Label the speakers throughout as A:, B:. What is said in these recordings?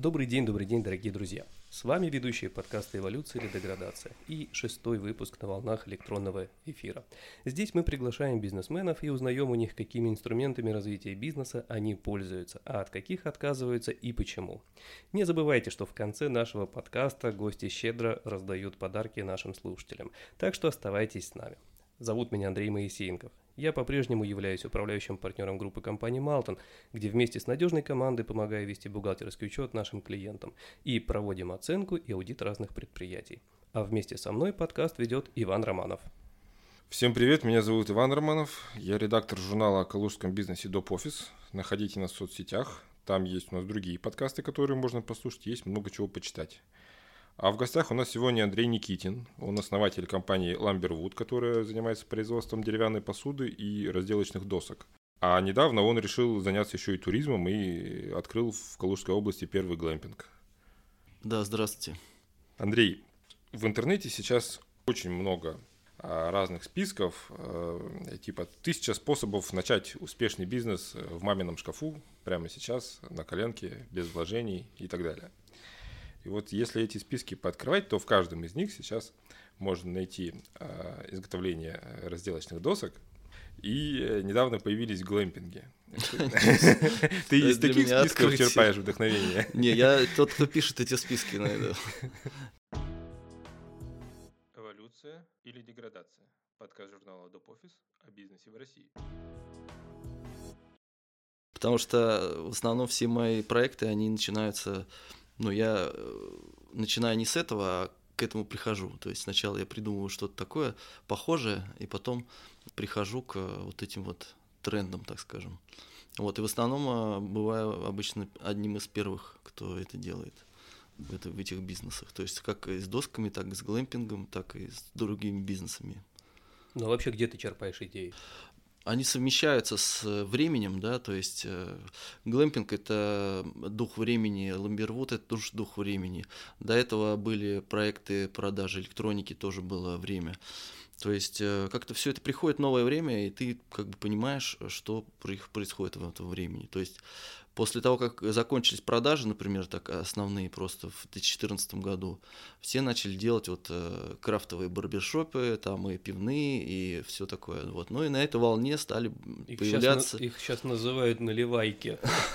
A: Добрый день, дорогие друзья! С вами ведущие подкаста «Эволюция или деградация» и 6-й выпуск на волнах электронного эфира. Здесь мы приглашаем бизнесменов и узнаем у них, какими инструментами развития бизнеса они пользуются, а от каких отказываются и почему. Не забывайте, что в конце нашего подкаста гости щедро раздают подарки нашим слушателям, так что оставайтесь с нами. Зовут меня Андрей Моисеенков. Я по-прежнему являюсь управляющим партнером группы компании Malton, где вместе с надежной командой помогаю вести бухгалтерский учет нашим клиентам и проводим оценку и аудит разных предприятий. А вместе со мной подкаст ведет Иван Романов.
B: Всем привет, меня зовут Иван Романов, я редактор журнала о калужском бизнесе Доп.Офис. Находите нас в соцсетях, там есть у нас другие подкасты, которые можно послушать, есть много чего почитать. А в гостях у нас сегодня Андрей Никитин, он основатель компании Lumberwood, которая занимается производством деревянной посуды и разделочных досок. А недавно он решил заняться еще и туризмом и открыл в Калужской области первый глэмпинг.
C: Да, здравствуйте.
B: Андрей, в интернете сейчас очень много разных списков, типа 1000 способов начать успешный бизнес в мамином шкафу прямо сейчас, на коленке, без вложений и так далее. И вот если эти списки пооткрывать, то в каждом из них сейчас можно найти изготовление разделочных досок. И недавно появились глэмпинги. Ты из таких списков черпаешь вдохновение?
C: Не, я тот, кто пишет эти списки, наверное.
B: Эволюция или деградация? Подкаст журнала Доп.Офис о бизнесе в России.
C: Потому что в основном все мои проекты, они начинаются... я начинаю не с этого, а к этому прихожу. То есть сначала я придумываю что-то такое похожее, и потом прихожу к вот этим вот трендам, так скажем. Вот, и в основном бываю обычно одним из первых, кто это делает в этих бизнесах. То есть как и с досками, так и с глэмпингом, так и с другими бизнесами.
A: Ну а вообще где ты черпаешь идеи?
C: Они совмещаются с временем, да, то есть глэмпинг – это дух времени, Lumberwood – это тоже дух времени. До этого были проекты продажи электроники, тоже было время. То есть как-то все это приходит в новое время, и ты как бы понимаешь, что происходит в этом времени. То есть после того, как закончились продажи, например, так основные просто в 2014 году, все начали делать вот крафтовые барбершопы, там и пивные, и все такое. Вот. Ну и на этой волне стали появляться...
A: Их сейчас называют наливайки.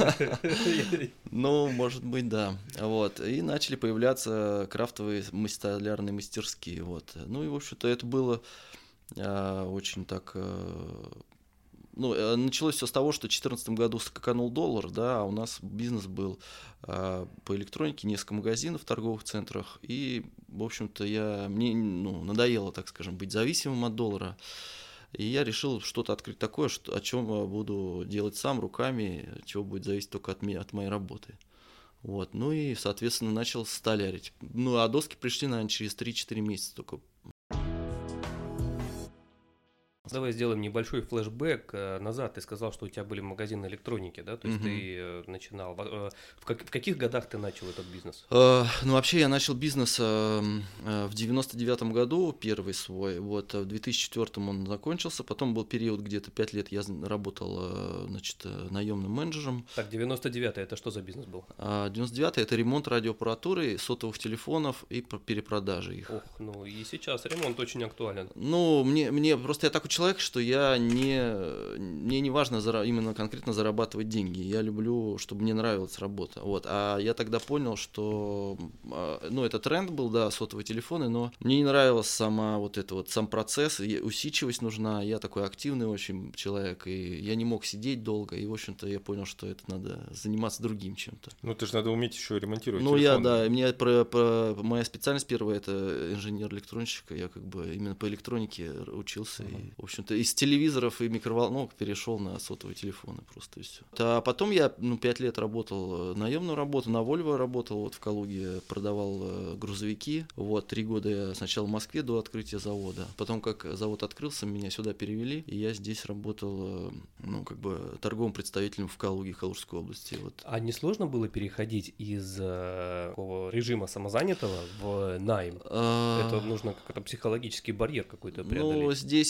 C: Ну, может быть, да. Вот. И начали появляться крафтовые столярные мастерские. Вот. Ну и, в общем-то, это было очень так... началось все с того, что в 2014 году скаканул доллар, да, а у нас бизнес был по электронике, несколько магазинов в торговых центрах, и, в общем-то, мне надоело, так скажем, быть зависимым от доллара, и я решил что-то открыть такое, о чем буду делать сам руками, чего будет зависеть только от моей работы. Вот, ну и, соответственно, начал столярить. Ну, а доски пришли, наверное, через 3-4 месяца только.
A: Давай сделаем небольшой флешбэк назад. Ты сказал, что у тебя были магазины электроники, да? То есть ты начинал. В каких годах ты начал этот бизнес?
C: Вообще я начал бизнес в 99-м году, первый свой. Вот в 2004-м он закончился. Потом был период, где-то 5 лет я работал, наемным менеджером.
A: Так, 99-й, это что за бизнес был?
C: 99-й – это ремонт радиоаппаратуры, сотовых телефонов и перепродажа их.
A: Ох, и сейчас ремонт очень актуален.
C: Мне просто я такой человек, что мне не важно именно конкретно зарабатывать деньги. Я люблю, чтобы мне нравилась работа. Вот. А я тогда понял, что это тренд был, да, сотовые телефоны, но мне не нравилась сам процесс, усидчивость нужна. Я такой активный очень человек, и я не мог сидеть долго, и, в общем-то, я понял, что это надо заниматься другим чем-то.
B: Это же надо уметь еще ремонтировать телефон.
C: Моя специальность первая – это инженер-электронщик. Я как бы именно по электронике учился. И, в общем-то, из телевизоров и микроволновок перешел на сотовые телефоны просто и все. А потом я 5 лет работал наемную работу, на Volvo работал, вот в Калуге продавал грузовики. Вот 3 года я сначала в Москве до открытия завода. Потом, как завод открылся, меня сюда перевели, и я здесь работал торговым представителем в Калуге, Калужской области. Вот.
A: А не сложно было переходить из такого режима самозанятого в найм? Это нужно как-то психологический барьер какой-то преодолеть.
C: Здесь я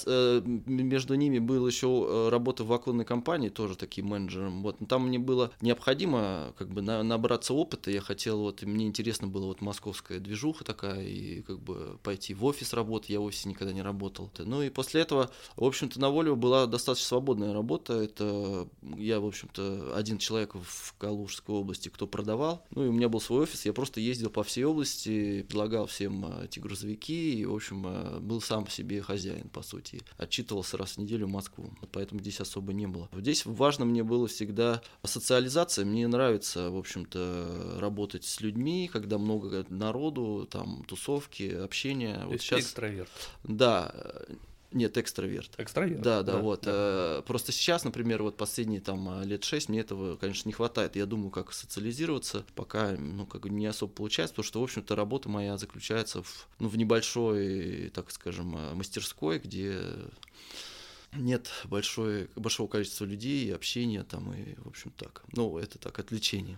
C: между ними был еще работа в оконной компании, тоже таким менеджером. Вот. Но там мне было необходимо как бы набраться опыта. Я хотел, вот, мне интересно было вот московская движуха такая, и как бы пойти в офис работать. Я в офисе никогда не работал. Ну и после этого, в общем-то, на Volvo была достаточно свободная работа. Это я, в общем-то, один человек в Калужской области, кто продавал. Ну и у меня был свой офис. Я просто ездил по всей области, предлагал всем эти грузовики. И, в общем, был сам по себе хозяин, по сути. Отчитывался раз в неделю в Москву. Поэтому здесь особо не было. Здесь важно мне было всегда социализация. Мне нравится, в общем-то, работать с людьми, когда много народу, там, тусовки, общения.
A: То
C: вот
A: есть
C: сейчас...
A: экстраверт.
C: Да. Нет, экстраверт.
A: Экстраверт?
C: Да, вот.
A: Да.
C: Просто сейчас, например, вот последние там лет 6 мне этого, конечно, не хватает. Я думаю, как социализироваться, пока, ну, как бы не особо получается, потому что, в общем-то, работа моя заключается в небольшой, так скажем, мастерской, где нет большого количества людей, общения там и, в общем, так. Ну, это так, отвлечение.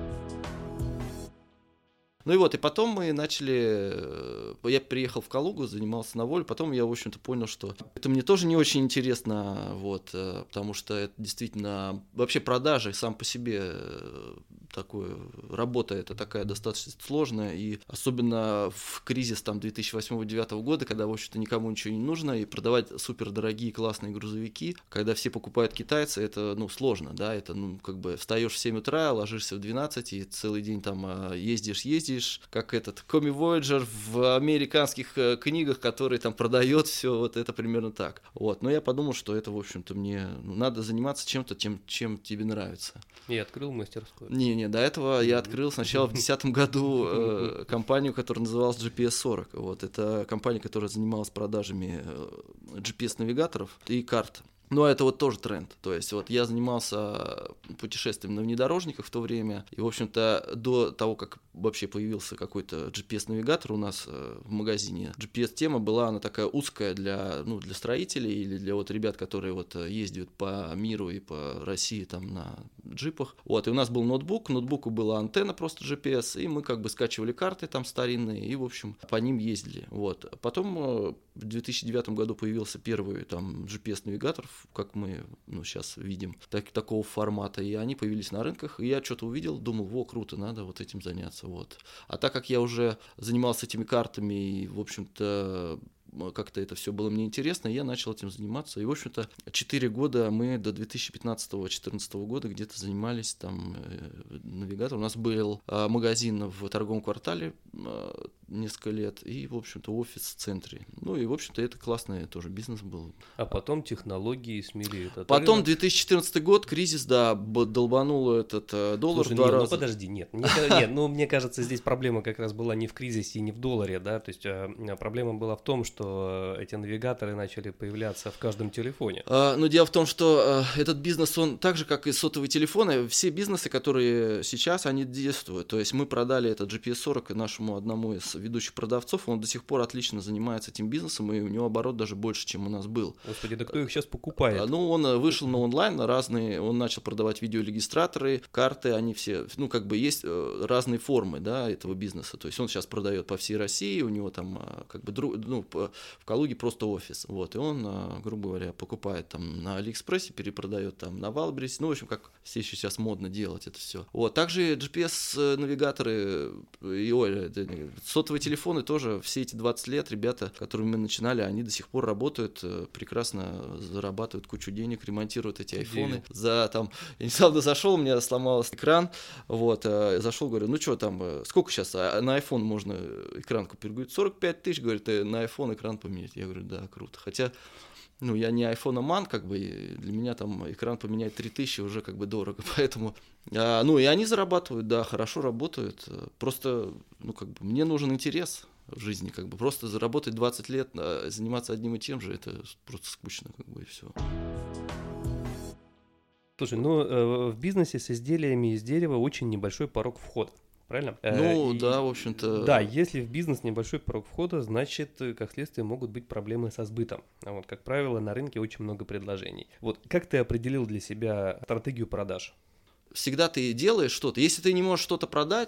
C: Ну и вот, и потом мы начали, я приехал в Калугу, занимался на Volvo, потом я, в общем-то, понял, что это мне тоже не очень интересно, вот, потому что это действительно, вообще продажи сам по себе такое, работа это такая достаточно сложная, и особенно в кризис там 2008-2009 года, когда, в общем-то, никому ничего не нужно, и продавать супердорогие классные грузовики, когда все покупают китайцы, это, ну, сложно, да, это, ну, как бы встаешь в 7 утра, ложишься в 12 и целый день там ездишь, как этот Коми Voyager в американских книгах, который там продает все, вот это примерно так. Вот, но я подумал, что это, в общем-то, мне надо заниматься чем-то, чем тебе нравится.
A: И открыл мастерскую.
C: Не, до этого я открыл сначала в 2010 году компанию, которая называлась GPS-40. Вот, это компания, которая занималась продажами GPS-навигаторов и карт. Но это вот тоже тренд. То есть вот я занимался путешествием на внедорожниках в то время. И, в общем-то, до того, как вообще появился какой-то GPS-навигатор у нас в магазине, GPS-тема была, она такая узкая для строителей или для вот ребят, которые вот ездят по миру и по России там на джипах. Вот, и у нас был ноутбук, к ноутбуку была антенна просто GPS, и мы как бы скачивали карты там старинные и, в общем, по ним ездили. Вот. Потом в 2009 году появился первый там GPS-навигатор, как мы сейчас видим, такого формата, и они появились на рынках, и я что-то увидел, думал, круто, надо вот этим заняться, вот. А так как я уже занимался этими картами, и, в общем-то, как-то это все было мне интересно, я начал этим заниматься, и, в общем-то, 4 года мы до 2015-2014 года где-то занимались там навигатором. У нас был магазин в торговом квартале несколько лет, и, в общем-то, офис в центре. Ну, и, в общем-то, это классный тоже бизнес был.
A: А потом технологии смели этот
C: Потом
A: рынок.
C: 2014 год, кризис, да, долбанул этот доллар.
A: Слушай,
C: в 2 раза.
A: Ну подожди, нет, мне кажется, здесь проблема как раз была не в кризисе и не в долларе, да, то есть проблема была в том, что эти навигаторы начали появляться в каждом телефоне.
C: Но дело в том, что этот бизнес, он так же, как и сотовые телефоны, все бизнесы, которые сейчас, они действуют. То есть мы продали этот GPS-40 нашему одному из ведущих продавцов, он до сих пор отлично занимается этим бизнесом, и у него оборот даже больше, чем у нас был.
A: Господи, да кто их сейчас покупает?
C: Ну, он вышел на онлайн, на разные, он начал продавать видеорегистраторы, карты, они все, как бы есть разные формы, да, этого бизнеса. То есть он сейчас продает по всей России, у него там как бы в Калуге просто офис, вот, и он, грубо говоря, покупает там на Алиэкспрессе, перепродает там на Валбересе, в общем, как все еще сейчас модно делать это все. Вот, также GPS-навигаторы и сотовые телефоны тоже, все эти 20 лет ребята, которые мы начинали, они до сих пор работают, прекрасно зарабатывают кучу денег, ремонтируют эти айфоны. Я недавно зашел, у меня сломался экран, вот, зашел, говорю, ну что там, сколько сейчас на iPhone можно экран купить? Говорит, 45 тысяч, говорит, на iPhone экран поменять. Я говорю, да, круто. Хотя, я не айфономан, как бы, для меня там экран поменять 3000 уже как бы дорого, поэтому, и они зарабатывают, да, хорошо работают, просто, как бы, мне нужен интерес в жизни, как бы, просто заработать 20 лет, заниматься одним и тем же, это просто скучно, как бы, и все.
A: Слушай, в бизнесе с изделиями из дерева очень небольшой порог входа. Правильно?
C: Да, в общем-то.
A: Да, если в бизнес небольшой порог входа, значит, как следствие, могут быть проблемы со сбытом. Вот, как правило, на рынке очень много предложений. Вот как ты определил для себя стратегию продаж?
C: Всегда ты делаешь что-то. Если ты не можешь что-то продать,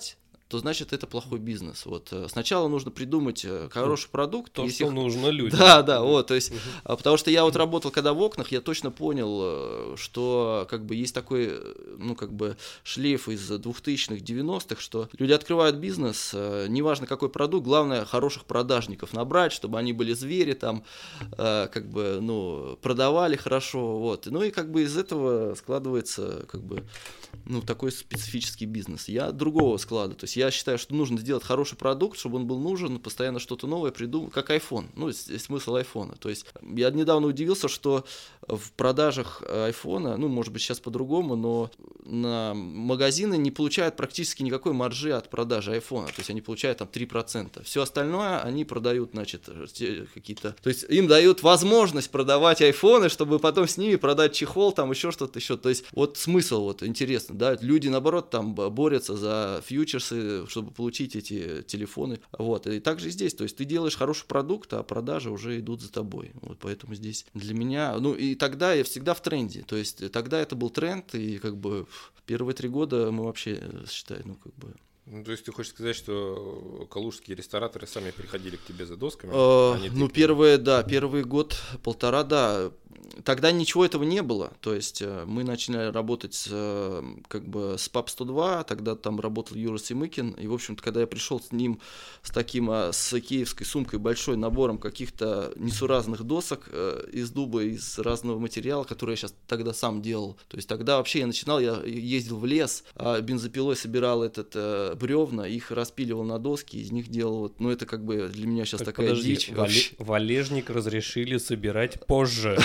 C: то значит это плохой бизнес. Вот сначала нужно придумать хороший продукт.
A: То, что нужно людям.
C: Да, вот, то есть, потому что я вот работал когда в окнах, я точно понял, что как бы есть такой, ну как бы шлейф из 2000-х, 90-х, что люди открывают бизнес, неважно какой продукт, главное хороших продажников набрать, чтобы они были звери там, как бы, ну, продавали хорошо, вот. Ну и как бы из этого складывается как бы, ну, такой специфический бизнес. Я другого склада, то есть я считаю, что нужно сделать хороший продукт, чтобы он был нужен, постоянно что-то новое придумать, как iPhone, ну, смысл айфона. То есть я недавно удивился, что в продажах айфона, ну, может быть, сейчас по-другому, но на магазины не получают практически никакой маржи от продажи айфона, то есть они получают там 3%. Все остальное они продают, значит, какие-то... То есть им дают возможность продавать айфоны, чтобы потом с ними продать чехол, там еще что-то еще. То есть вот смысл вот интересно, да, люди, наоборот, там борются за фьючерсы, чтобы получить эти телефоны, вот, и также здесь, то есть ты делаешь хороший продукт, а продажи уже идут за тобой, вот, поэтому здесь для меня, ну, и тогда я всегда в тренде, то есть тогда это был тренд, и как бы первые 3 года мы вообще, считай, ну, как бы...
B: Ну, то есть ты хочешь сказать, что калужские рестораторы сами приходили к тебе за досками?
C: Ну, первый год, полтора, да. Тогда ничего этого не было. То есть мы начали работать как бы с ПАП 102, тогда там работал Юра Семыкин. И, в общем-то, когда я пришел с ним с таким, с икеевской сумкой, большой набором каких-то несуразных досок из дуба, из разного материала, который я сейчас тогда сам делал. То есть тогда вообще я начинал, я ездил в лес, бензопилой собирал бревна, их распиливал на доски, из них делал, вот, ну это как бы для меня сейчас такая дичь.
A: Валежник разрешили собирать позже.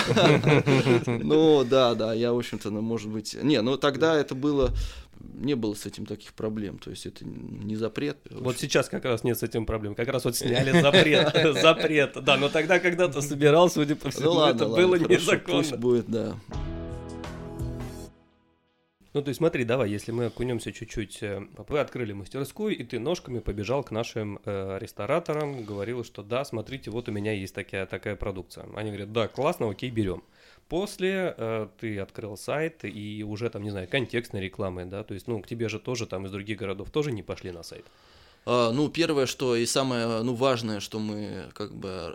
C: Ну да, я в общем-то, может быть, ну тогда это было, не было с этим таких проблем, то есть это не запрет.
A: Вот сейчас как раз нет с этим проблем, как раз вот сняли запрет, да, но тогда когда-то собирал, судя по всему, это было незаконно.
C: Пусть будет, да.
A: Ну, то есть смотри, давай, если мы окунемся чуть-чуть, вы открыли мастерскую, и ты ножками побежал к нашим рестораторам, говорил, что да, смотрите, вот у меня есть такая продукция. Они говорят, да, классно, окей, берем. После ты открыл сайт, и уже там, не знаю, контекстной рекламы, да, то есть, ну, к тебе же тоже там из других городов тоже не пошли на сайт.
C: Ну, первое, что и самое, ну, важное, что мы как бы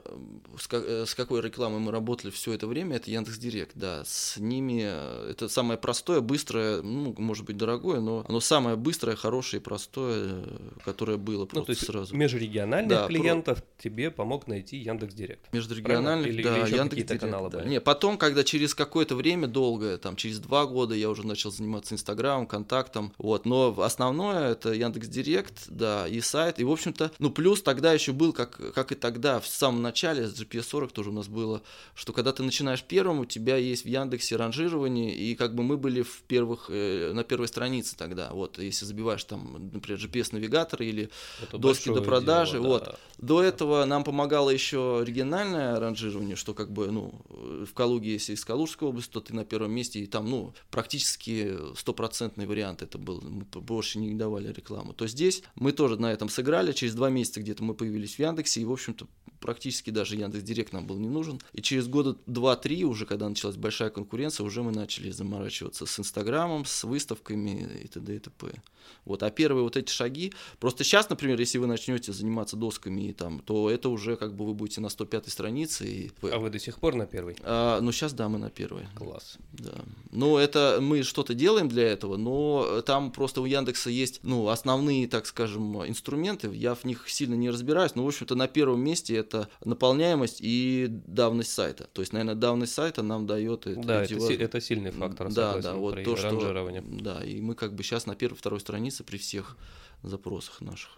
C: с какой рекламой мы работали все это время, это Яндекс.Директ, да. С ними это самое простое, быстрое, ну, может быть, дорогое, но оно самое быстрое, хорошее и простое, которое было просто, ну, то есть сразу.
A: Межрегиональных клиентов тебе помог найти Яндекс.Директ.
C: Межрегиональных,
A: или
C: да,
A: еще
C: Яндекс.Директ,
A: каналы
C: да.
A: были?
C: Не, потом, когда через какое-то время долгое, там, через 2 года я уже начал заниматься Инстаграмом, Контактом, вот, но основное это Яндекс.Директ, да, и сайт, и, в общем-то, ну, плюс тогда еще был, как и тогда, в самом начале, с GPS40 тоже у нас было, что когда ты начинаешь первым, у тебя есть в Яндексе ранжирование, и как бы мы были на первой странице тогда, вот, если забиваешь там, например, GPS-навигатор или это доски до продажи, дело, вот. Да. До этого нам помогало еще региональное ранжирование, что как бы, ну, в Калуге, если из Калужской области, то ты на первом месте, и там, ну, практически 100% вариант это был, мы больше не давали рекламу. То здесь мы тоже на этом сыграли, через 2 месяца где-то мы появились в Яндексе, и, в общем-то, практически даже Яндекс.Директ нам был не нужен. И через года 2-3, уже когда началась большая конкуренция, уже мы начали заморачиваться с Инстаграмом, с выставками и т.д. и т.п. Вот. А первые вот эти шаги, просто сейчас, например, если вы начнете заниматься досками, там, то это уже как бы вы будете на 105-й странице.
A: А вы до сих пор на первой?
C: Ну, сейчас, да, мы на первой.
A: Класс.
C: Да. Ну, это мы что-то делаем для этого, но там просто у Яндекса есть, ну, основные, так скажем, инструменты, я в них сильно не разбираюсь, но, в общем-то, на первом месте это наполняемость и давность сайта. То есть, наверное, давность сайта нам дает...
A: Да, это сильный фактор, согласен,
C: да, вот
A: при
C: то,
A: ранжировании.
C: Да, и мы как бы сейчас на первой, второй странице при всех запросах наших.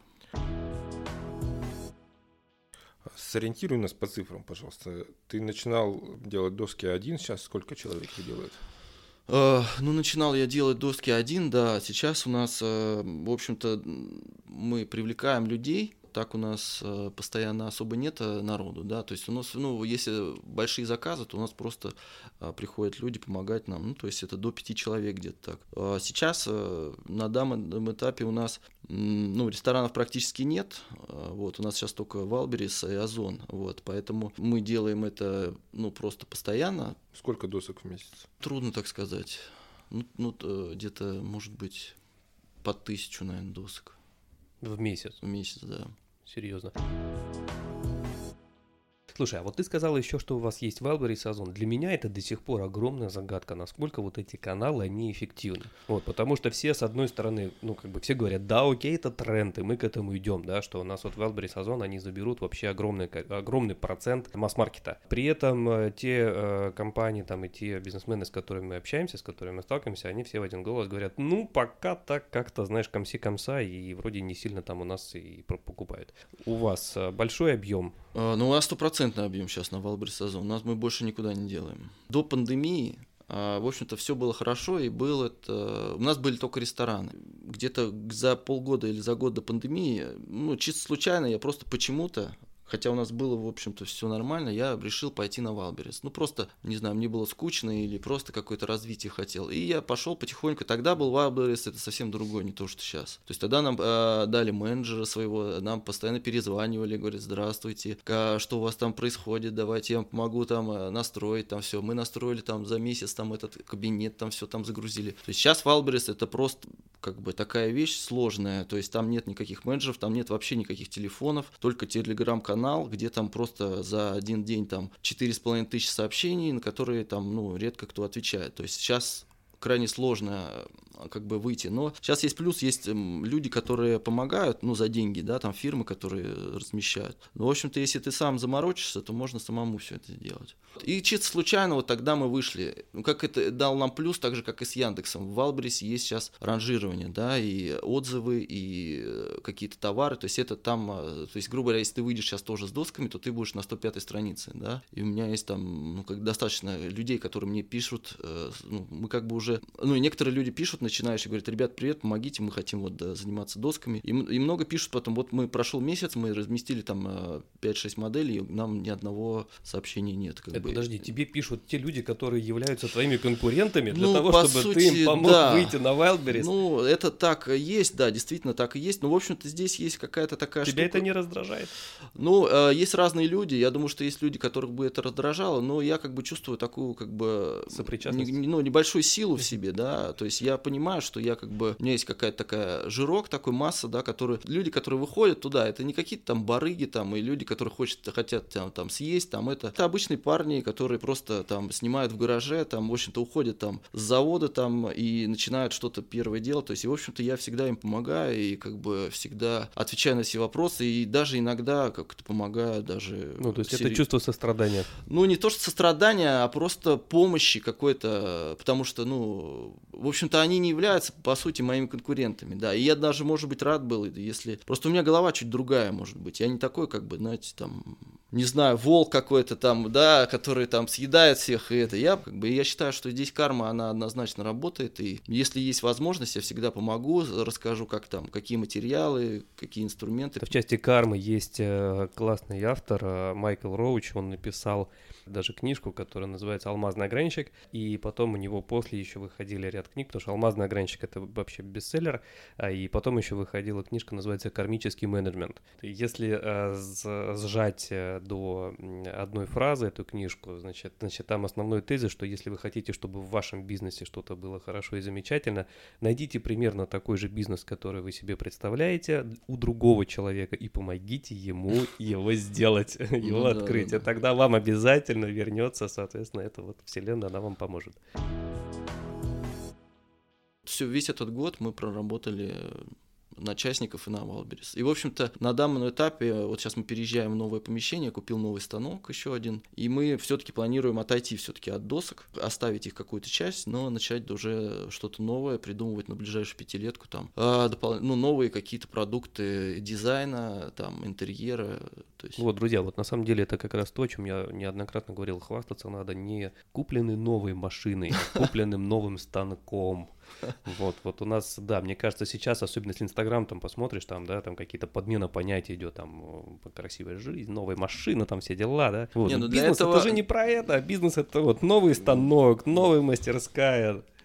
B: Сориентируй нас по цифрам, пожалуйста. Ты начинал делать доски один, сейчас сколько человек их делает?
C: Ну, начинал я делать доски один, да, сейчас у нас, в общем-то, мы привлекаем людей, так у нас постоянно особо нет народу, да, то есть у нас, ну, если большие заказы, то у нас просто приходят люди помогать нам, ну, то есть это до 5 человек где-то так. Сейчас на данном этапе у нас, ну, ресторанов практически нет, вот, у нас сейчас только Валберис и Озон, вот, поэтому мы делаем это, ну, просто постоянно.
B: Сколько досок в месяц?
C: Трудно так сказать, ну где-то, может быть, под 1000, наверное, досок.
A: В месяц?
C: В месяц, да.
A: Серьезно. Слушай, а вот ты сказал еще, что у вас есть Wildberries Озон. Для меня это до сих пор огромная загадка, насколько вот эти каналы, они эффективны. Вот, потому что все, с одной стороны, все говорят, да, окей, это тренд, и мы к этому идем, да, что у нас вот Wildberries Озон, они заберут вообще огромный процент масс-маркета. При этом те компании там и те бизнесмены, с которыми мы общаемся, с которыми мы сталкиваемся, они все в один голос говорят, пока так как-то, знаешь, комси-комса, и вроде не сильно там у нас и покупают. У вас большой объем?
C: У нас 100% объем сейчас на Wildberries Озон. Мы больше никуда не делаем. До пандемии, в общем-то, все было хорошо, и у нас были только рестораны. Где-то за полгода или за год до пандемии, чисто случайно, я просто почему-то, хотя у нас было, в общем-то, все нормально, я решил пойти на Wildberries. Просто, не знаю, мне было скучно или просто какое-то развитие хотел. И я пошел потихоньку. Тогда был Wildberries, это совсем другой, не то, что сейчас. То есть тогда нам дали менеджера своего, нам постоянно перезванивали, говорят, здравствуйте, что у вас там происходит, давайте я вам помогу там настроить там все. Мы настроили там за месяц там этот кабинет, там все там загрузили. То есть сейчас Wildberries это просто как бы такая вещь сложная. То есть там нет никаких менеджеров, там нет вообще никаких телефонов, только телеграм-канал, где там просто за один день там 4500 сообщений, на которые там, редко кто отвечает. То есть сейчас крайне сложно как бы выйти. Но сейчас есть плюс, есть люди, которые помогают, за деньги, да, там фирмы, которые размещают. Но, в общем-то, если ты сам заморочишься, то можно самому все это сделать. И чисто случайно вот тогда мы вышли. Как это дал нам плюс, так же, как и с Яндексом. В Wildberries есть сейчас ранжирование, да, и отзывы, и какие-то товары. То есть это там, то есть, грубо говоря, если ты выйдешь сейчас тоже с досками, то ты будешь на 105-й странице, да. И у меня есть там, достаточно людей, которые мне пишут, мы как бы уже, и некоторые люди пишут, начинаешь и говорят, ребят, привет, помогите, мы хотим заниматься досками. И много пишут потом, прошел месяц, мы разместили там 5-6 моделей, и нам ни одного сообщения нет.
A: Подожди, тебе пишут те люди, которые являются твоими конкурентами для того, чтобы ты им помог выйти на Wildberries?
C: Это так и есть, да, действительно так и есть. Но, в общем-то, здесь есть какая-то такая
A: штука. Тебя это не раздражает?
C: Есть разные люди. Я думаю, что есть люди, которых бы это раздражало, но я как бы чувствую такую как бы
A: сопричастность,
C: небольшую силу в себе, да. То есть я понимаю, что я как бы, у меня есть какая-то такая жирок, такой масса, да, люди, которые выходят туда, это не какие-то там барыги там и люди, которые хотят там съесть, там это обычные парни, которые просто там снимают в гараже, там, в общем-то, уходят там с завода там и начинают что-то первое делать. То есть, и, в общем-то, я всегда им помогаю и как бы всегда отвечаю на все вопросы и даже иногда как-то помогаю даже...
A: то есть это чувство сострадания?
C: Не то, что сострадания, а просто помощи какой-то, потому что, в общем-то, они не являются, по сути, моими конкурентами, да, и я даже, может быть, рад был, если... Просто у меня голова чуть другая, может быть, я не такой, как бы, знаете, там, не знаю, волк какой-то там, да, который там съедает всех, и это, я считаю, что здесь карма, она однозначно работает, и если есть возможность, я всегда помогу, расскажу, как там, какие материалы, какие инструменты.
A: В части кармы есть классный автор Майкл Роуч, он написал даже книжку, которая называется «Алмазный ограничек», и потом у него после еще выходили ряд книг, потому что «Алмазный ограничек» — это вообще бестселлер, и потом еще выходила книжка, называется «Кармический менеджмент». Если сжать до одной фразы эту книжку, значит, там основной тезис, что если вы хотите, чтобы в вашем бизнесе что-то было хорошо и замечательно, найдите примерно такой же бизнес, который вы себе представляете у другого человека, и помогите ему его сделать, его открыть, и тогда вам обязательно вернется, соответственно, эта вот вселенная, она вам поможет.
C: Весь этот год мы проработали на частников и на Wildberries. И, в общем-то, на данном этапе, вот сейчас мы переезжаем в новое помещение, купил новый станок, еще один, и мы все-таки планируем отойти все-таки от досок, оставить их какую-то часть, но начать уже что-то новое, придумывать на ближайшую пятилетку, там, новые какие-то продукты дизайна, там, интерьера. То есть...
A: Вот, друзья, вот на самом деле это как раз то, о чем я неоднократно говорил, хвастаться надо не купленной новой машиной, а купленным новым станком. Вот у нас, да, мне кажется, сейчас, особенно если Инстаграм там посмотришь, там, да, там какие-то подмена понятий идет, там, красивая жизнь, новая машина, там все дела, да. Вот. Бизнес этого... это же не про это, а бизнес это вот новый станок, новая мастерская.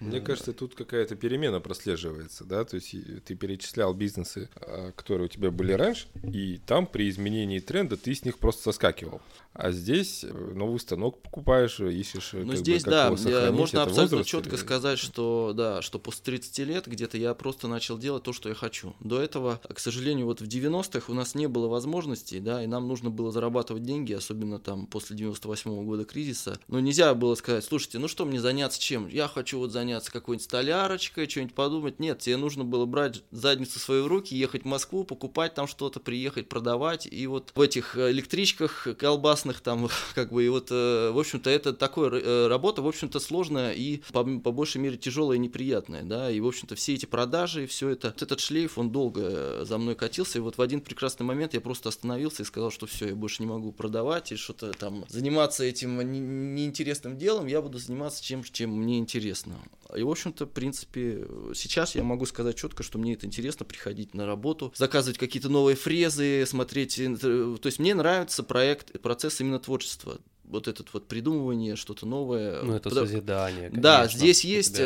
B: Мне кажется, тут какая-то перемена прослеживается, да, то есть ты перечислял бизнесы, которые у тебя были раньше, и там при изменении тренда ты с них просто соскакивал. А здесь новый станок покупаешь, ищешь,
C: ну, здесь, да, можно абсолютно четко сказать, что, да, что после 30 лет где-то я просто начал делать то, что я хочу. До этого, к сожалению, вот в 90-х у нас не было возможностей, да, и нам нужно было зарабатывать деньги, особенно там после 98-го года кризиса. Но нельзя было сказать, слушайте, ну что мне заняться чем? Я хочу вот заняться какой-нибудь столярочкой, что-нибудь подумать. Нет, тебе нужно было брать задницу в свои руки, ехать в Москву, покупать там что-то, приехать, продавать. И вот в этих электричках колбасных там, как бы, и вот, в общем-то, это такая работа, в общем-то, сложная и по большей мере тяжелая и неприятная, да, и, в общем-то, все эти продажи и все это, вот этот шлейф, он долго за мной катился, и вот в один прекрасный момент я просто остановился и сказал, что все, я больше не могу продавать и что-то там заниматься этим неинтересным делом, я буду заниматься чем мне интересно. И, в общем-то, в принципе, сейчас я могу сказать четко, что мне это интересно, приходить на работу, заказывать какие-то новые фрезы, смотреть, то есть мне нравится процесс именно творчества. Вот это вот придумывание, что-то новое.
A: Ну, это созидание, конечно.
C: Да, здесь есть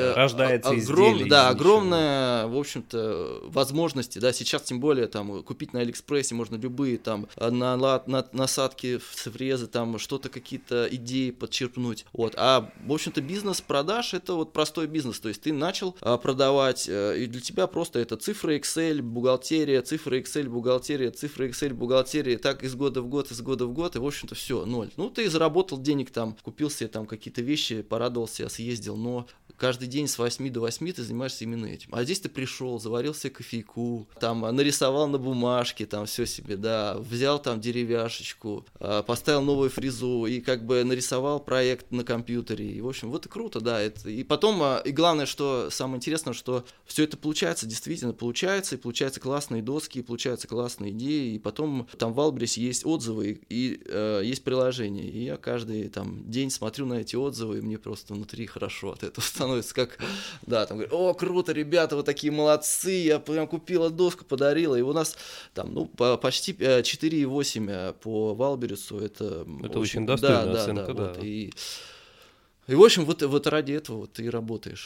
C: огромная, в общем-то, возможности, да, сейчас тем более там купить на Алиэкспрессе можно любые там насадки, фрезы, там что-то, какие-то идеи подчерпнуть. Вот. А, в общем-то, бизнес продаж — это вот простой бизнес, то есть ты начал продавать, и для тебя просто это цифры Excel, бухгалтерия, цифры Excel, бухгалтерия, цифры Excel, бухгалтерия, так из года в год, и, в общем-то, все, ноль. Ну, ты заработал денег там, купил себе там какие-то вещи, порадовался, съездил, но каждый день с 8 до 8 ты занимаешься именно этим. А здесь ты пришел, заварил себе кофейку, там нарисовал на бумажке, там все себе, да, взял там деревяшечку, поставил новую фрезу и как бы нарисовал проект на компьютере. И, в общем, вот и круто, да. И потом, и главное, что самое интересное, что все это получается, действительно получается, и получаются классные доски, и получаются классные идеи, и потом там в Валбересе есть отзывы, и есть приложение, и я каждый там день смотрю на эти отзывы, и мне просто внутри хорошо от этого становится, как, да, там говорят, о, круто, ребята, вы такие молодцы, я прям купила доску, подарила, и у нас там, ну, почти 4,8 по Валбересу, это
A: очень достойная оценка, да.
C: Вот, и в общем, вот ради этого вот ты и работаешь.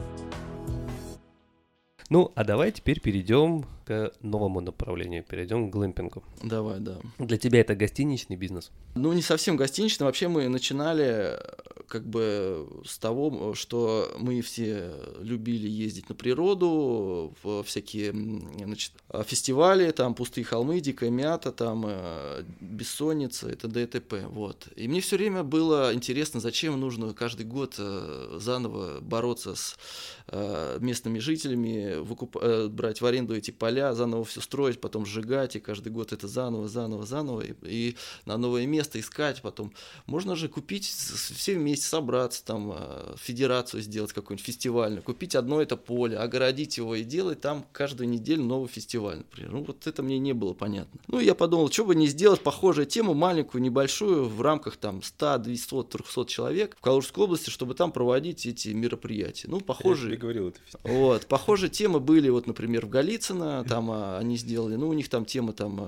A: Ну, а давай теперь перейдем к новому направлению, перейдем к глэмпингу.
C: Давай, да.
A: Для тебя это гостиничный бизнес?
C: Ну, не совсем гостиничный. Вообще мы начинали как бы с того, что мы все любили ездить на природу, в всякие, значит, фестивали, там «Пустые холмы», «Дикая мята», там «Бессонница» и т.д. и т.п. Вот. И мне все время было интересно, зачем нужно каждый год заново бороться с местными жителями, брать в аренду эти поля, заново все строить, потом сжигать, и каждый год это заново, и на новое место искать потом. Можно же купить, все вместе собраться, там, федерацию сделать какую-нибудь фестивальную, купить одно это поле, огородить его и делать там каждую неделю новый фестиваль, например. Ну, вот это мне не было понятно. Ну, я подумал, что бы не сделать похожую тему, маленькую, небольшую, в рамках там 100, 200, 300 человек в Калужской области, чтобы там проводить эти мероприятия. Ну, похожие. Вот, похожие темы были, вот, например, в Голицыно, там они сделали, ну, у них там тема там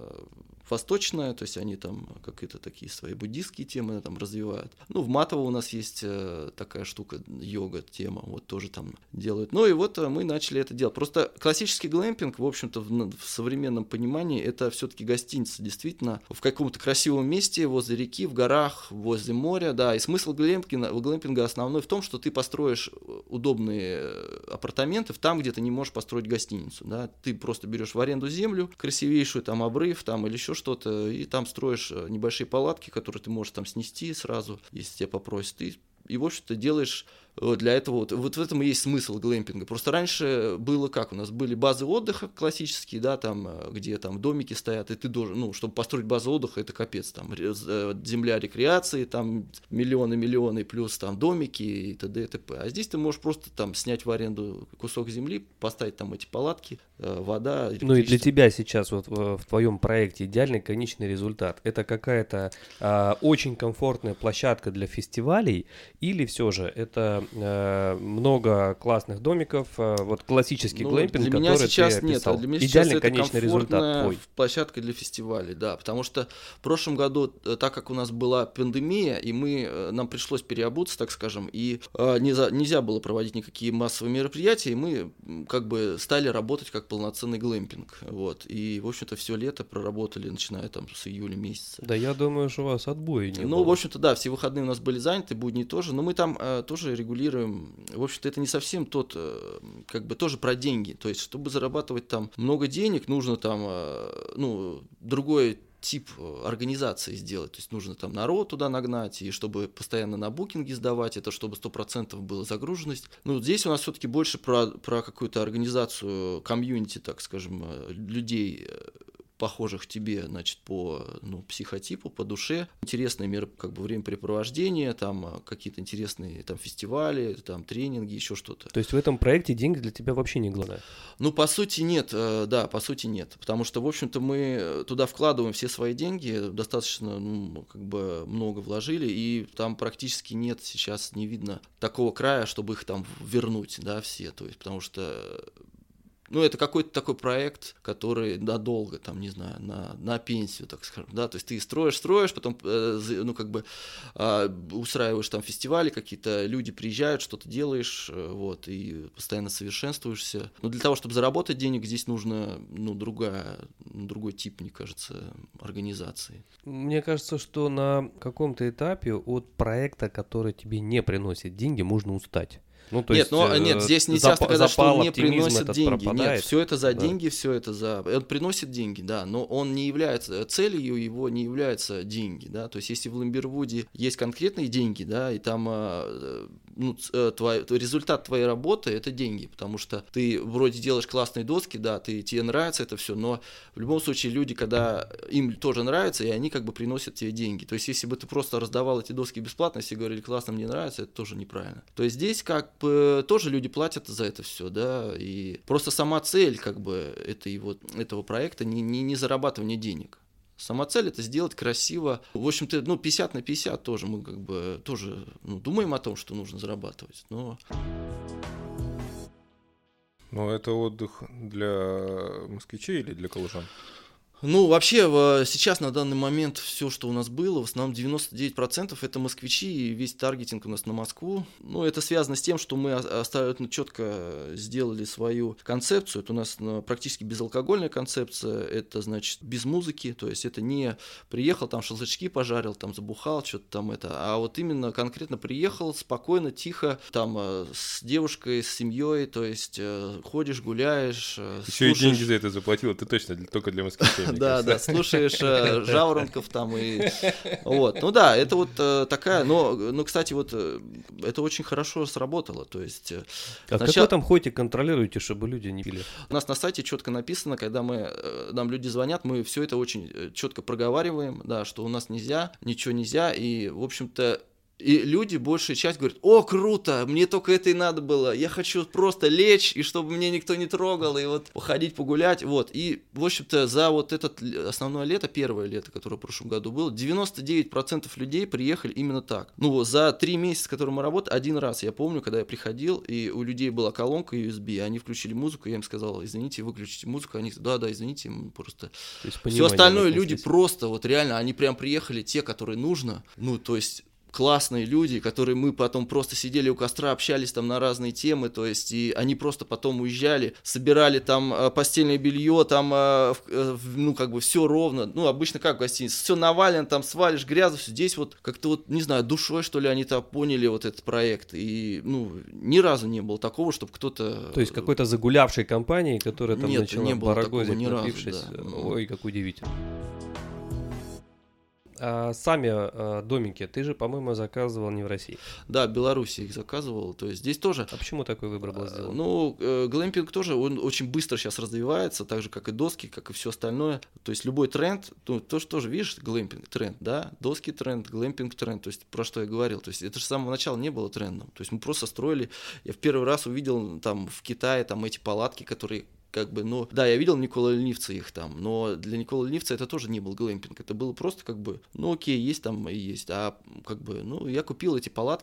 C: восточная, то есть они там какие-то такие свои буддистские темы там развивают. Ну, в Матово у нас есть такая штука, йога-тема, вот тоже там делают. Ну, и вот мы начали это делать. Просто классический глэмпинг, в общем-то, в современном понимании, это все-таки гостиница, действительно, в каком-то красивом месте, возле реки, в горах, возле моря, да, и смысл глэмпинга основной в том, что ты построишь удобные апартаменты там, где ты не можешь построить гостиницу, да, ты просто берешь в аренду землю, красивейшую, там, обрыв, там, или еще что-то, и там строишь небольшие палатки, которые ты можешь там снести сразу, если тебя попросят, и в общем-то делаешь для этого, вот в этом и есть смысл глэмпинга. Просто раньше было как, у нас были базы отдыха классические, да, там, где там домики стоят, и ты должен, ну, чтобы построить базу отдыха, это капец, там, земля рекреации, там, миллионы, плюс там домики и т.д. и т.п. А здесь ты можешь просто там снять в аренду кусок земли, поставить там эти палатки, вода, электричество.
A: Ну и для тебя сейчас вот в твоем проекте идеальный конечный результат, это какая-то очень комфортная площадка для фестивалей, или все же это много классных домиков, вот классический глэмпинг,
C: для меня
A: который
C: сейчас
A: ты описал.
C: Нет, для меня
A: Идеальный
C: сейчас
A: конечный
C: это
A: результат твой.
C: площадка для фестивалей, да, потому что в прошлом году, так как у нас была пандемия, и нам пришлось переобуться, так скажем, и нельзя было проводить никакие массовые мероприятия, и мы как бы стали работать как полноценный глэмпинг, вот, и, в общем-то, все лето проработали, начиная там с июля месяца.
A: Да, я думаю, что у вас отбоя не было.
C: Ну, в общем-то, да, все выходные у нас были заняты, будни тоже, но мы там тоже регулируем. В общем-то, это не совсем как бы тоже про деньги. То есть, чтобы зарабатывать там много денег, нужно там, другой тип организации сделать. То есть, нужно там народ туда нагнать, и чтобы постоянно на букинги сдавать, это чтобы 100% была загруженность. Ну, здесь у нас все-таки больше про какую-то организацию комьюнити, так скажем, людей, похожих тебе, значит, по психотипу, по душе. Интересные как бы времяпрепровождения, там какие-то интересные там фестивали, там тренинги, еще что-то.
A: То есть в этом проекте деньги для тебя вообще не главное?
C: Ну, по сути, нет, да, по сути, нет. Потому что, в общем-то, мы туда вкладываем все свои деньги, достаточно, как бы много вложили, и там практически нет, сейчас не видно такого края, чтобы их там вернуть, да, все. То есть, потому что это какой-то такой проект, который надолго, там, не знаю, на пенсию, так скажем, да, то есть ты строишь, потом, устраиваешь там фестивали, какие-то люди приезжают, что-то делаешь, вот, и постоянно совершенствуешься. Но для того, чтобы заработать денег, здесь нужно, другой тип, мне кажется, организации.
A: Мне кажется, что на каком-то этапе от проекта, который тебе не приносит деньги, можно устать.
C: Нет, здесь не часто, когда что не приносит деньги.
A: Пропадает.
C: Нет, все это за деньги, все это за... Он приносит деньги, да, но он не является... Целью его не являются деньги, да, то есть если в Ламбервуде есть конкретные деньги, да, и там результат твоей работы — это деньги, потому что ты вроде делаешь классные доски, да, тебе нравится это все, но в любом случае люди, когда им тоже нравится, и они как бы приносят тебе деньги. То есть если бы ты просто раздавал эти доски бесплатно, все говорили, классно, мне нравится, это тоже неправильно. То есть здесь как тоже люди платят за это все, да, и просто сама цель как бы этого проекта не зарабатывание денег. Сама цель — это сделать красиво. В общем-то, 50 на 50 тоже мы как бы тоже думаем о том, что нужно зарабатывать, но...
B: Но это отдых для москвичей или для калужан?
C: Вообще, сейчас на данный момент все, что у нас было, в основном 99% это москвичи, и весь таргетинг у нас на Москву. Это связано с тем, что мы абсолютно четко сделали свою концепцию. Это у нас практически безалкогольная концепция, это, значит, без музыки, то есть это не приехал, там шашлычки пожарил, там забухал, что-то там а вот именно конкретно приехал, спокойно, тихо, там с девушкой, с семьей, то есть ходишь, гуляешь,
B: еще и деньги за это заплатил, это точно только для москвичей.
C: Да, слушаешь жаворонков там и вот. Это вот такая, но, кстати, вот это очень хорошо сработало, то есть.
A: Как вы там ходите, контролируете, чтобы люди не пили?
C: У нас на сайте четко написано, когда нам люди звонят, мы все это очень четко проговариваем, да, что у нас ничего нельзя, и, в общем-то, и люди, большая часть, говорят: о, круто, мне только это и надо было, я хочу просто лечь, и чтобы меня никто не трогал, и вот походить, погулять, вот. И, в общем-то, за вот это основное лето, первое лето, которое в прошлом году было, 99% людей приехали именно так. За 3 месяца, которые мы работали, один раз, я помню, когда я приходил, и у людей была колонка USB, они включили музыку, я им сказал: извините, выключите музыку, они сказали: да, извините, мы просто... Все остальное люди просто, вот реально, они прям приехали, те, которые нужно, то есть... классные люди, которые мы потом просто сидели у костра, общались там на разные темы, то есть, и они просто потом уезжали, собирали там постельное белье, там, как бы все ровно, обычно как в гостинице, все навалено, там свалишь грязь, здесь вот как-то вот, не знаю, душой, что ли, они-то поняли вот этот проект, и, ни разу не было такого, чтобы кто-то...
A: То есть какой-то загулявшей компании, которая там начала барагозить,
C: напившись,
A: да. Ой, как удивительно. А сами домики ты же, по-моему, заказывал не в России.
C: Да, в Беларуси их заказывал, то есть здесь тоже...
A: А почему такой выбор был сделан?
C: Глэмпинг тоже, он очень быстро сейчас развивается, так же, как и доски, как и все остальное. То есть любой тренд, тоже, видишь, глэмпинг тренд, да, доски тренд, глэмпинг тренд, то есть про что я говорил. То есть это же с самого начала не было трендом. То есть мы просто строили, я в первый раз увидел там в Китае там эти палатки, которые... как бы, да, я видел Никола Ленивца их там, но для Николы Ленивца это тоже не был глэмпинг, это было просто как бы, окей, есть там и есть, а как бы, я купил эти палатки,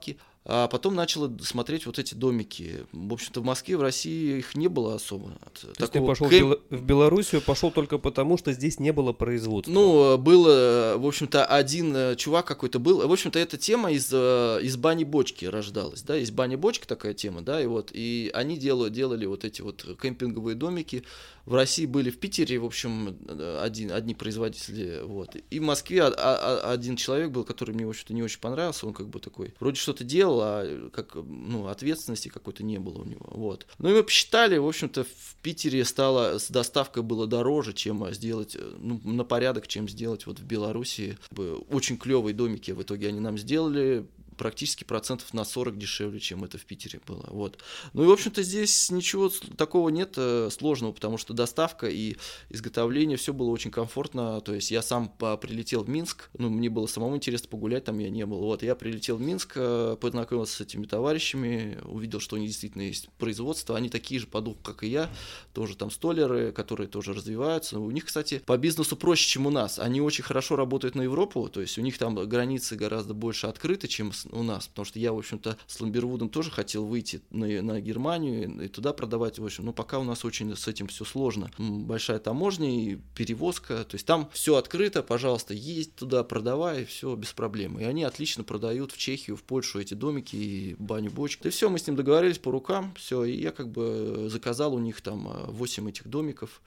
C: А потом начала смотреть вот эти домики. В общем-то, в Москве, в России их не было особо.
A: То есть ты пошел в Белоруссию, пошел только потому, что здесь не было производства?
C: Ну, было, в общем-то, один чувак какой-то был. В общем-то, эта тема из бани-бочки рождалась, да, из бани-бочки такая тема, да, и они делали вот эти вот кемпинговые домики. В России были, в Питере, в общем, одни производители, вот. И в Москве один человек был, который мне, в общем-то, не очень понравился. Он как бы такой, вроде что-то делал, а ответственности какой-то не было у него, вот. Ну и мы посчитали, в общем-то, в Питере с доставкой было дороже, чем сделать, на порядок, чем сделать вот в Белоруссии. Очень клевые домики в итоге они нам сделали, практически процентов на 40 дешевле, чем это в Питере было. Вот. Ну и, в общем-то, здесь ничего такого нет сложного, потому что доставка и изготовление, все было очень комфортно. То есть я сам прилетел в Минск, мне было самому интересно погулять, там я не был. Вот, я прилетел в Минск, познакомился с этими товарищами, увидел, что у них действительно есть производство, они такие же по духу, как и я, тоже там столеры, которые тоже развиваются. У них, кстати, по бизнесу проще, чем у нас. Они очень хорошо работают на Европу, то есть у них там границы гораздо больше открыты, чем у нас, потому что я, в общем-то, с Ламбервудом тоже хотел выйти на Германию и туда продавать, в общем, но пока у нас очень с этим все сложно. Большая таможня и перевозка, то есть там все открыто, пожалуйста, ездь туда, продавай, все без проблем. И они отлично продают в Чехию, в Польшу эти домики и баню-бочки. И все, мы с ним договорились по рукам, все, и я как бы заказал у них там 8 этих домиков.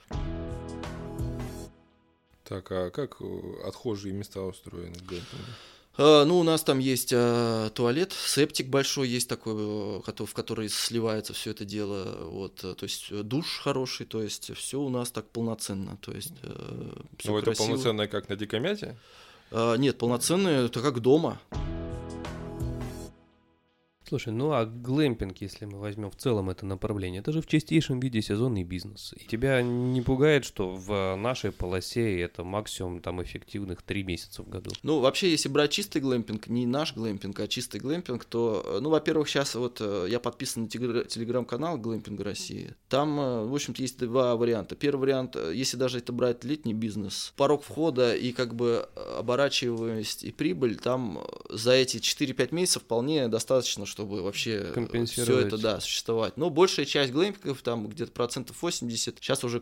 B: Так, а как отхожие места устроены в глэмпинге?
C: У нас там есть туалет, септик большой есть такой, в который сливается все это дело, вот, то есть душ хороший, то есть все у нас так полноценно, то есть все красиво.
B: Это полноценное как на Дикомяте?
C: Нет, полноценное это как дома.
A: Слушай, а глэмпинг, если мы возьмем в целом это направление, это же в чистейшем виде сезонный бизнес. И тебя не пугает, что в нашей полосе это максимум там эффективных 3 месяца в году?
C: Вообще, если брать чистый глэмпинг, не наш глэмпинг, а чистый глэмпинг, то, во-первых, сейчас вот я подписан на телеграм-канал Глэмпинг России. Там, в общем-то, есть два варианта. Первый вариант, если даже это брать летний бизнес, порог входа и как бы оборачиваемость и прибыль, там за эти 4-5 месяцев вполне достаточно, чтобы вообще все это, существовать. Но большая часть глэмпингов, там где-то 80%, сейчас уже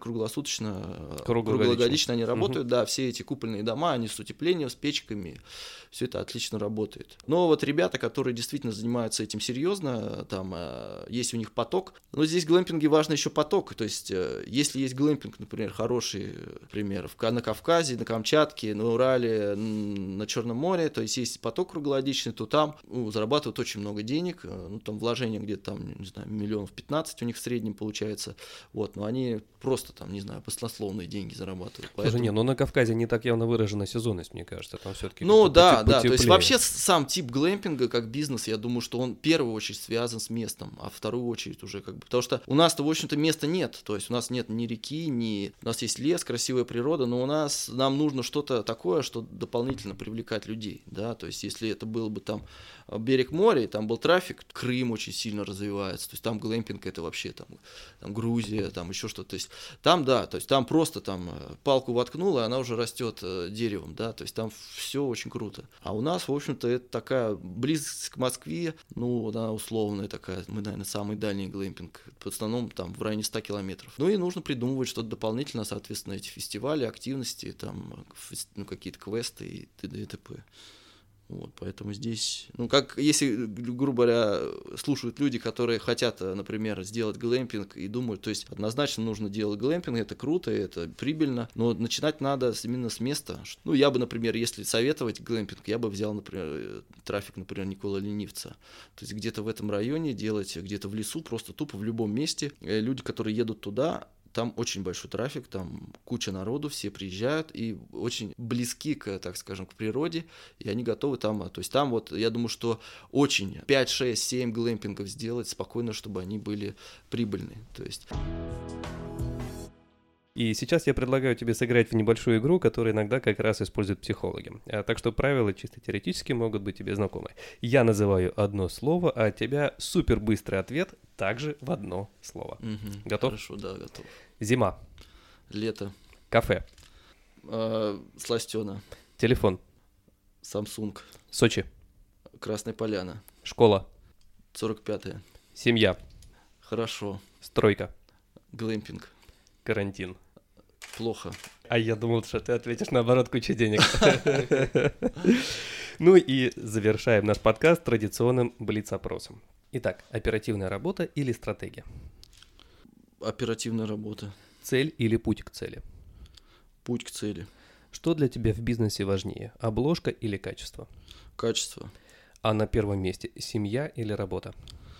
C: круглогодично они работают, да, все эти купольные дома, они с утеплением, с печками, все это отлично работает. Но вот ребята, которые действительно занимаются этим серьезно, там есть у них поток, но здесь в глэмпинге важно еще поток, то есть если есть глэмпинг, например, хороший пример, на Кавказе, на Камчатке, на Урале, на Черном море, то есть поток круглогодичный, то там зарабатывают очень много денег, там вложение где-то там, не знаю, 15 миллионов у них в среднем получается, вот, но они просто там, не знаю, баснословные деньги зарабатывают.
A: Слушай, на Кавказе не так явно выражена сезонность, мне кажется, там все-таки
C: да, то есть вообще сам тип глэмпинга как бизнес, я думаю, что он в первую очередь связан с местом, а в вторую очередь уже как бы, потому что у нас-то, в общем-то, места нет, то есть у нас нет ни реки, у нас есть лес, красивая природа, но нам нужно что-то такое, что дополнительно привлекать людей, да, то есть если это был бы там берег моря, и там был трафик, Крым очень сильно развивается, то есть там глэмпинг это вообще там Грузия, там еще что-то, то есть там, да, то есть там просто там палку воткнула, и она уже растет деревом, да, то есть там все очень круто. А у нас, в общем-то, это такая близость к Москве, она условная такая, мы, наверное, самый дальний глэмпинг, в основном там в районе 100 километров. И нужно придумывать что-то дополнительно, соответственно, эти фестивали, активности, там, какие-то квесты и т.д. и т.п. Вот, поэтому здесь, если, грубо говоря, слушают люди, которые хотят, например, сделать глэмпинг и думают, то есть однозначно нужно делать глэмпинг, это круто, это прибыльно, но начинать надо именно с места. Я бы, например, если советовать глэмпинг, я бы взял, например, трафик, например, Николы Ленивца. То есть где-то в этом районе делать, где-то в лесу, просто тупо в любом месте. Люди, которые едут туда, там очень большой трафик, там куча народу, все приезжают и очень близки к, так скажем, к природе, и они готовы там, то есть там вот, я думаю, что очень 5, 6, 7 глэмпингов сделать спокойно, чтобы они были прибыльные, то есть...
A: И сейчас я предлагаю тебе сыграть в небольшую игру, которую иногда как раз используют психологи. Так что правила чисто теоретически могут быть тебе знакомы. Я называю одно слово, а от тебя супер быстрый ответ также в одно слово. Готов?
C: Хорошо, да, готов.
A: Зима.
C: Лето.
A: Кафе.
C: Сластена.
A: Телефон.
C: Samsung.
A: Сочи.
C: Красная Поляна.
A: Школа.
C: 45-е.
A: Семья.
C: Хорошо.
A: Стройка.
C: Глэмпинг.
A: Карантин.
C: Плохо.
A: А я думал, что ты ответишь наоборот, куча денег. Ну и завершаем наш подкаст традиционным блиц-опросом. Итак, оперативная работа или стратегия?
C: Оперативная работа.
A: Цель или путь к цели?
C: Путь к цели.
A: Что для тебя в бизнесе важнее, обложка или качество?
C: Качество.
A: А на первом месте семья или работа?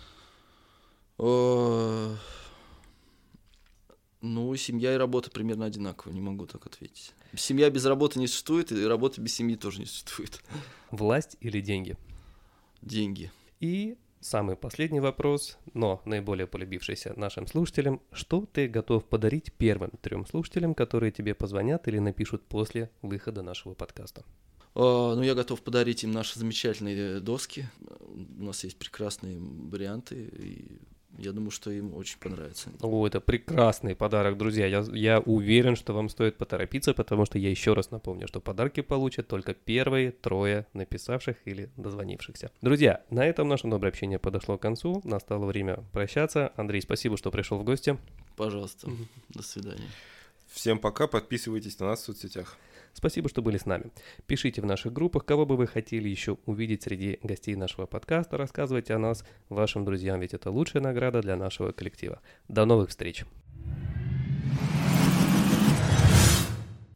C: Ну, семья и работа примерно одинаковые, не могу так ответить. Семья без работы не существует, и работа без семьи тоже не существует.
A: Власть или деньги?
C: Деньги.
A: И самый последний вопрос, но наиболее полюбившийся нашим слушателям. Что ты готов подарить первым 3 слушателям, которые тебе позвонят или напишут после выхода нашего подкаста?
C: Ну, я готов подарить им наши замечательные доски. У нас есть прекрасные варианты, и я думаю, что им очень понравится.
A: О, это прекрасный подарок, друзья. Я уверен, что вам стоит поторопиться, потому что я еще раз напомню, что подарки получат только первые 3 написавших или дозвонившихся. Друзья, на этом наше доброе общение подошло к концу. Настало время прощаться. Андрей, спасибо, что пришел в гости.
C: Пожалуйста. До свидания.
B: Всем пока, подписывайтесь на нас в соцсетях.
A: Спасибо, что были с нами. Пишите в наших группах, кого бы вы хотели еще увидеть среди гостей нашего подкаста. Рассказывайте о нас вашим друзьям, ведь это лучшая награда для нашего коллектива. До новых встреч!